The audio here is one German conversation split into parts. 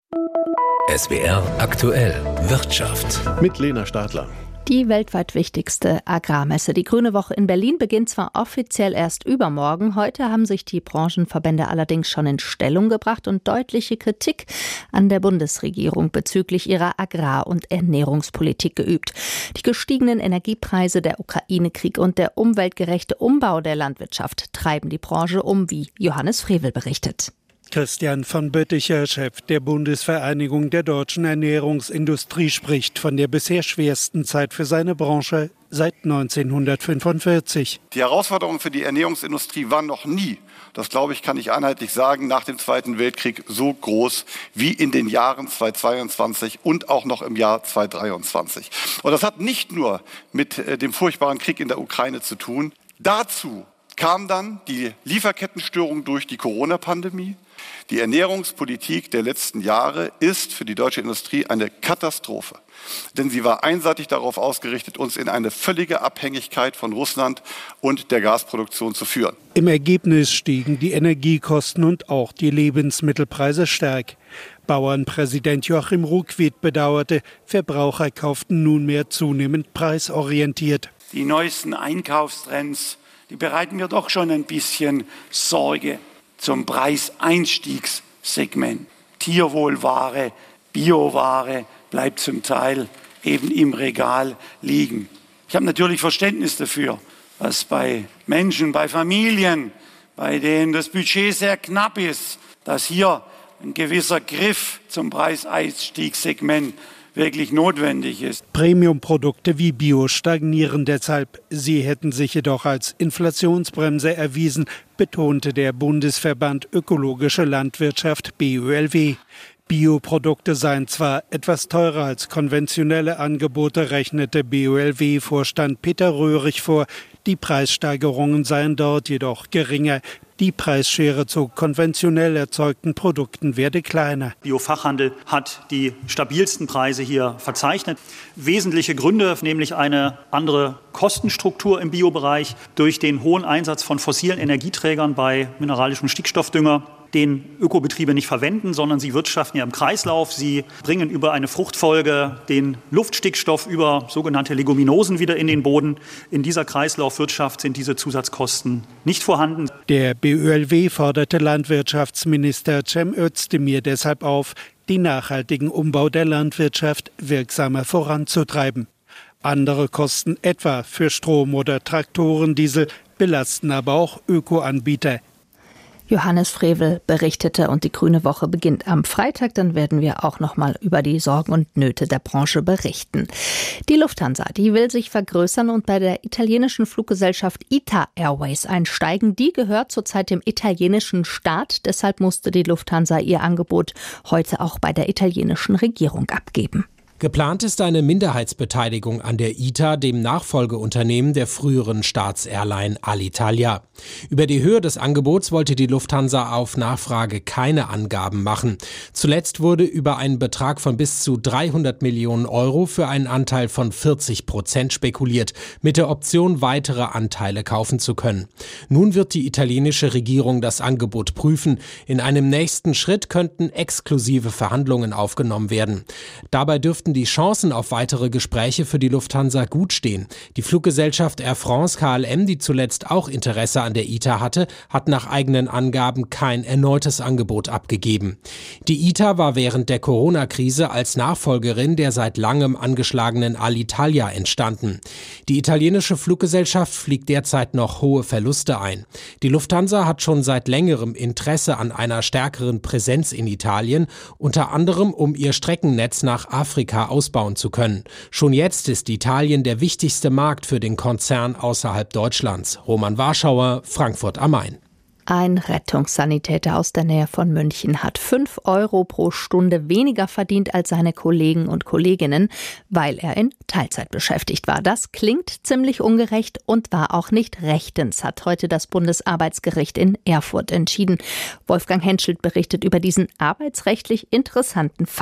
SWR aktuell Wirtschaft. Mit Lena Stadler. Die weltweit wichtigste Agrarmesse. Die Grüne Woche in Berlin beginnt zwar offiziell erst übermorgen. Heute haben sich die Branchenverbände allerdings schon in Stellung gebracht und deutliche Kritik an der Bundesregierung bezüglich ihrer Agrar- und Ernährungspolitik geübt. Die gestiegenen Energiepreise, der Ukraine-Krieg und der umweltgerechte Umbau der Landwirtschaft treiben die Branche um, wie Johannes Frevel berichtet. Christian von Bötticher, Chef der Bundesvereinigung der deutschen Ernährungsindustrie, spricht von der bisher schwersten Zeit für seine Branche seit 1945. Die Herausforderungen für die Ernährungsindustrie waren noch nie, das glaube ich, kann ich einheitlich sagen, nach dem Zweiten Weltkrieg so groß wie in den Jahren 2022 und auch noch im Jahr 2023. Und das hat nicht nur mit dem furchtbaren Krieg in der Ukraine zu tun. Dazu kam dann die Lieferkettenstörung durch die Corona-Pandemie. Die Ernährungspolitik der letzten Jahre ist für die deutsche Industrie eine Katastrophe. Denn sie war einseitig darauf ausgerichtet, uns in eine völlige Abhängigkeit von Russland und der Gasproduktion zu führen. Im Ergebnis stiegen die Energiekosten und auch die Lebensmittelpreise stark. Bauernpräsident Joachim Ruckwied bedauerte, Verbraucher kauften nunmehr zunehmend preisorientiert. Die neuesten Einkaufstrends, die bereiten mir doch schon ein bisschen Sorge zum Preiseinstiegssegment. Tierwohlware, Bioware bleibt zum Teil eben im Regal liegen. Ich habe natürlich Verständnis dafür, dass bei Menschen, bei Familien, bei denen das Budget sehr knapp ist, dass hier ein gewisser Griff zum Preiseinstiegssegment wirklich notwendig ist. Premiumprodukte wie Bio stagnieren deshalb. Sie hätten sich jedoch als Inflationsbremse erwiesen, betonte der Bundesverband Ökologische Landwirtschaft BÖLW. Bioprodukte seien zwar etwas teurer als konventionelle Angebote, rechnete BÖLW-Vorstand Peter Röhrig vor. Die Preissteigerungen seien dort jedoch geringer. Die Preisschere zu konventionell erzeugten Produkten werde kleiner. Biofachhandel hat die stabilsten Preise hier verzeichnet. Wesentliche Gründe, nämlich eine andere Kostenstruktur im Biobereich durch den hohen Einsatz von fossilen Energieträgern bei mineralischem Stickstoffdünger, den Ökobetriebe nicht verwenden, sondern sie wirtschaften ja im Kreislauf. Sie bringen über eine Fruchtfolge den Luftstickstoff über sogenannte Leguminosen wieder in den Boden. In dieser Kreislaufwirtschaft sind diese Zusatzkosten nicht vorhanden. Der BÖLW forderte Landwirtschaftsminister Cem Özdemir deshalb auf, den nachhaltigen Umbau der Landwirtschaft wirksamer voranzutreiben. Andere Kosten, etwa für Strom oder Traktorendiesel, belasten aber auch Ökoanbieter. Johannes Frevel berichtete und die Grüne Woche beginnt am Freitag. Dann werden wir auch noch mal über die Sorgen und Nöte der Branche berichten. Die Lufthansa, die will sich vergrößern und bei der italienischen Fluggesellschaft ITA Airways einsteigen. Die gehört zurzeit dem italienischen Staat. Deshalb musste die Lufthansa ihr Angebot heute auch bei der italienischen Regierung abgeben. Geplant ist eine Minderheitsbeteiligung an der ITA, dem Nachfolgeunternehmen der früheren Staatsairline Alitalia. Über die Höhe des Angebots wollte die Lufthansa auf Nachfrage keine Angaben machen. Zuletzt wurde über einen Betrag von bis zu 300 Millionen Euro für einen Anteil von 40% spekuliert, mit der Option, weitere Anteile kaufen zu können. Nun wird die italienische Regierung das Angebot prüfen. In einem nächsten Schritt könnten exklusive Verhandlungen aufgenommen werden. Dabei dürften die Chancen auf weitere Gespräche für die Lufthansa gut stehen. Die Fluggesellschaft Air France KLM, die zuletzt auch Interesse an der ITA hatte, hat nach eigenen Angaben kein erneutes Angebot abgegeben. Die ITA war während der Corona-Krise als Nachfolgerin der seit langem angeschlagenen Alitalia entstanden. Die italienische Fluggesellschaft fliegt derzeit noch hohe Verluste ein. Die Lufthansa hat schon seit längerem Interesse an einer stärkeren Präsenz in Italien, unter anderem um ihr Streckennetz nach Afrika ausbauen zu können. Schon jetzt ist Italien der wichtigste Markt für den Konzern außerhalb Deutschlands. Roman Warschauer, Frankfurt am Main. Ein Rettungssanitäter aus der Nähe von München hat 5 Euro pro Stunde weniger verdient als seine Kollegen und Kolleginnen, weil er in Teilzeit beschäftigt war. Das klingt ziemlich ungerecht und war auch nicht rechtens, hat heute das Bundesarbeitsgericht in Erfurt entschieden. Wolfgang Henschelt berichtet über diesen arbeitsrechtlich interessanten Fall.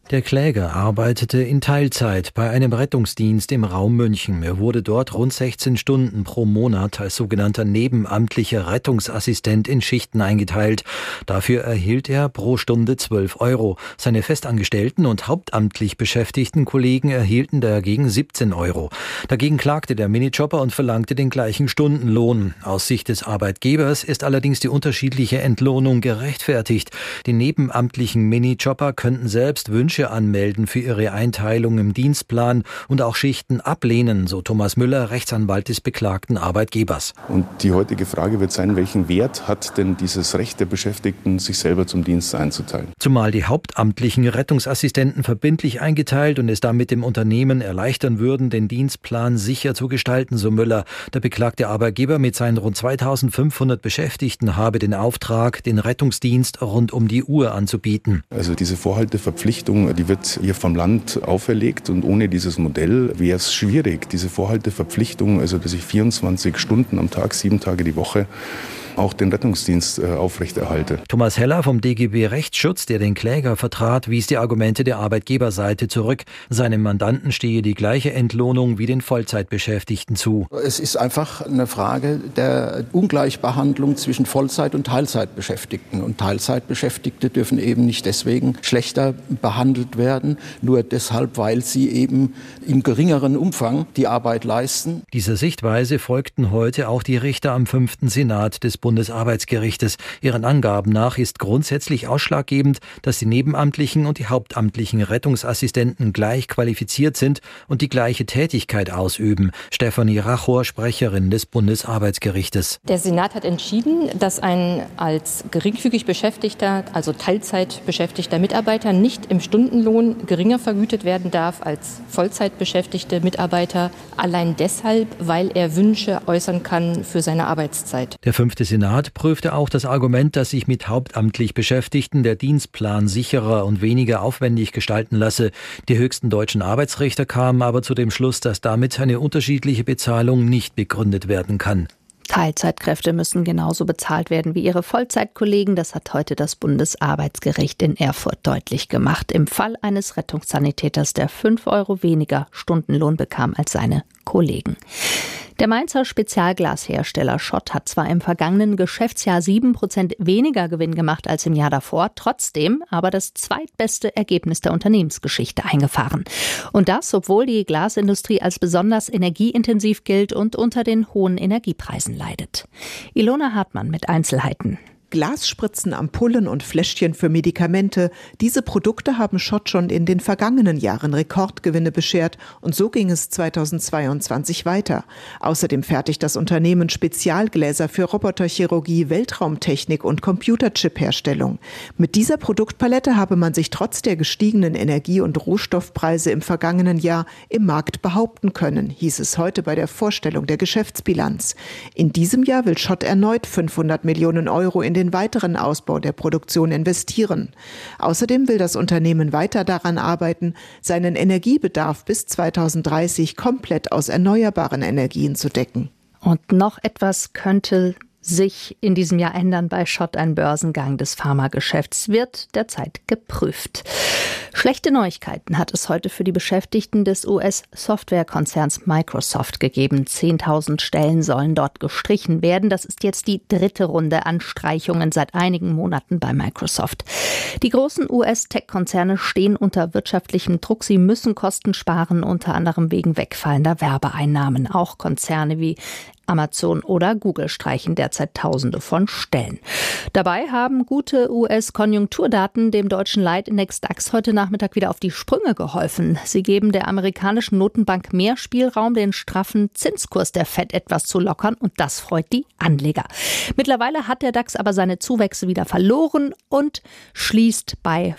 Der Kläger arbeitete in Teilzeit bei einem Rettungsdienst im Raum München. Er wurde dort rund 16 Stunden pro Monat als sogenannter nebenamtlicher Rettungsassistent in Schichten eingeteilt. Dafür erhielt er pro Stunde 12 €. Seine festangestellten und hauptamtlich beschäftigten Kollegen erhielten dagegen 17 €. Dagegen klagte der Minijobber und verlangte den gleichen Stundenlohn. Aus Sicht des Arbeitgebers ist allerdings die unterschiedliche Entlohnung gerechtfertigt. Die nebenamtlichen Minijobber könnten selbst Wünsche anmelden für ihre Einteilung im Dienstplan und auch Schichten ablehnen, so Thomas Müller, Rechtsanwalt des beklagten Arbeitgebers. Und die heutige Frage wird sein, welchen Wert hat denn dieses Recht der Beschäftigten, sich selber zum Dienst einzuteilen? Zumal die hauptamtlichen Rettungsassistenten verbindlich eingeteilt und es damit dem Unternehmen erleichtern würden, den Dienstplan sicher zu gestalten, so Müller. Der beklagte Arbeitgeber mit seinen rund 2500 Beschäftigten habe den Auftrag, den Rettungsdienst rund um die Uhr anzubieten. Also diese Vorhalteverpflichtung, die wird hier vom Land auferlegt und ohne dieses Modell wäre es schwierig, diese Vorhalteverpflichtung, also dass ich 24 Stunden am Tag, 7 Tage die Woche auch den Rettungsdienst aufrechterhalte. Thomas Heller vom DGB Rechtsschutz, der den Kläger vertrat, wies die Argumente der Arbeitgeberseite zurück. Seinem Mandanten stehe die gleiche Entlohnung wie den Vollzeitbeschäftigten zu. Es ist einfach eine Frage der Ungleichbehandlung zwischen Vollzeit- und Teilzeitbeschäftigten. Und Teilzeitbeschäftigte dürfen eben nicht deswegen schlechter behandelt werden, nur deshalb, weil sie eben im geringeren Umfang die Arbeit leisten. Dieser Sichtweise folgten heute auch die Richter am 5. Senat des Bundesarbeitsgerichtes. Ihren Angaben nach ist grundsätzlich ausschlaggebend, dass die nebenamtlichen und die hauptamtlichen Rettungsassistenten gleich qualifiziert sind und die gleiche Tätigkeit ausüben. Stefanie Rachor, Sprecherin des Bundesarbeitsgerichtes. Der Senat hat entschieden, dass ein als geringfügig beschäftigter, also Teilzeitbeschäftigter Mitarbeiter nicht im Stundenlohn geringer vergütet werden darf als Vollzeitbeschäftigte Mitarbeiter, allein deshalb, weil er Wünsche äußern kann für seine Arbeitszeit. Der 5. Senat prüfte auch das Argument, dass sich mit hauptamtlich Beschäftigten der Dienstplan sicherer und weniger aufwendig gestalten lasse. Die höchsten deutschen Arbeitsrichter kamen aber zu dem Schluss, dass damit eine unterschiedliche Bezahlung nicht begründet werden kann. Teilzeitkräfte müssen genauso bezahlt werden wie ihre Vollzeitkollegen. Das hat heute das Bundesarbeitsgericht in Erfurt deutlich gemacht. Im Fall eines Rettungssanitäters, der 5 € weniger Stundenlohn bekam als seine Kollegen. Der Mainzer Spezialglashersteller Schott hat zwar im vergangenen Geschäftsjahr 7% weniger Gewinn gemacht als im Jahr davor, trotzdem aber das zweitbeste Ergebnis der Unternehmensgeschichte eingefahren. Und das, obwohl die Glasindustrie als besonders energieintensiv gilt und unter den hohen Energiepreisen leidet. Ilona Hartmann mit Einzelheiten. Glasspritzen, Ampullen und Fläschchen für Medikamente. Diese Produkte haben Schott schon in den vergangenen Jahren Rekordgewinne beschert und so ging es 2022 weiter. Außerdem fertigt das Unternehmen Spezialgläser für Roboterchirurgie, Weltraumtechnik und Computerchip-Herstellung. Mit dieser Produktpalette habe man sich trotz der gestiegenen Energie- und Rohstoffpreise im vergangenen Jahr im Markt behaupten können, hieß es heute bei der Vorstellung der Geschäftsbilanz. In diesem Jahr will Schott erneut 500 Millionen € in den weiteren Ausbau der Produktion investieren. Außerdem will das Unternehmen weiter daran arbeiten, seinen Energiebedarf bis 2030 komplett aus erneuerbaren Energien zu decken. Und noch etwas könnte sich in diesem Jahr ändern bei Schott. Ein Börsengang des Pharmageschäfts wird derzeit geprüft. Schlechte Neuigkeiten hat es heute für die Beschäftigten des US-Softwarekonzerns Microsoft gegeben. 10.000 Stellen sollen dort gestrichen werden. Das ist jetzt die 3. Runde an Streichungen seit einigen Monaten bei Microsoft. Die großen US-Tech-Konzerne stehen unter wirtschaftlichem Druck. Sie müssen Kosten sparen, unter anderem wegen wegfallender Werbeeinnahmen. Auch Konzerne wie Amazon oder Google streichen derzeit Tausende von Stellen. Dabei haben gute US-Konjunkturdaten dem deutschen Leitindex DAX heute Nachmittag wieder auf die Sprünge geholfen. Sie geben der amerikanischen Notenbank mehr Spielraum, den straffen Zinskurs der Fed etwas zu lockern, und das freut die Anleger. Mittlerweile hat der DAX aber seine Zuwächse wieder verloren und schließt bei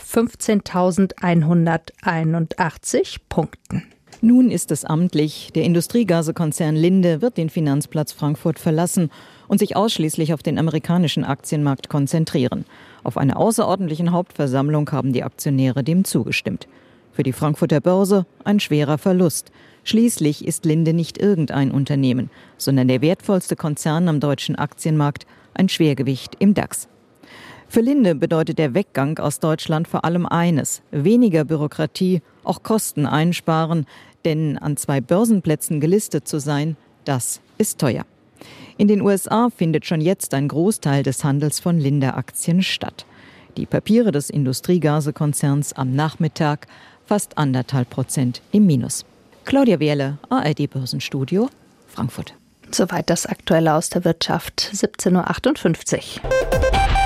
15.181 Punkten. Nun ist es amtlich. Der Industriegasekonzern Linde wird den Finanzplatz Frankfurt verlassen und sich ausschließlich auf den amerikanischen Aktienmarkt konzentrieren. Auf einer außerordentlichen Hauptversammlung haben die Aktionäre dem zugestimmt. Für die Frankfurter Börse ein schwerer Verlust. Schließlich ist Linde nicht irgendein Unternehmen, sondern der wertvollste Konzern am deutschen Aktienmarkt, ein Schwergewicht im DAX. Für Linde bedeutet der Weggang aus Deutschland vor allem eines: weniger Bürokratie, auch Kosten einsparen. Denn an 2 Börsenplätzen gelistet zu sein, das ist teuer. In den USA findet schon jetzt ein Großteil des Handels von Linde-Aktien statt. Die Papiere des Industriegasekonzerns am Nachmittag fast 1,5% im Minus. Claudia Wehrle, ARD Börsenstudio, Frankfurt. Soweit das Aktuelle aus der Wirtschaft, 17:58 Uhr.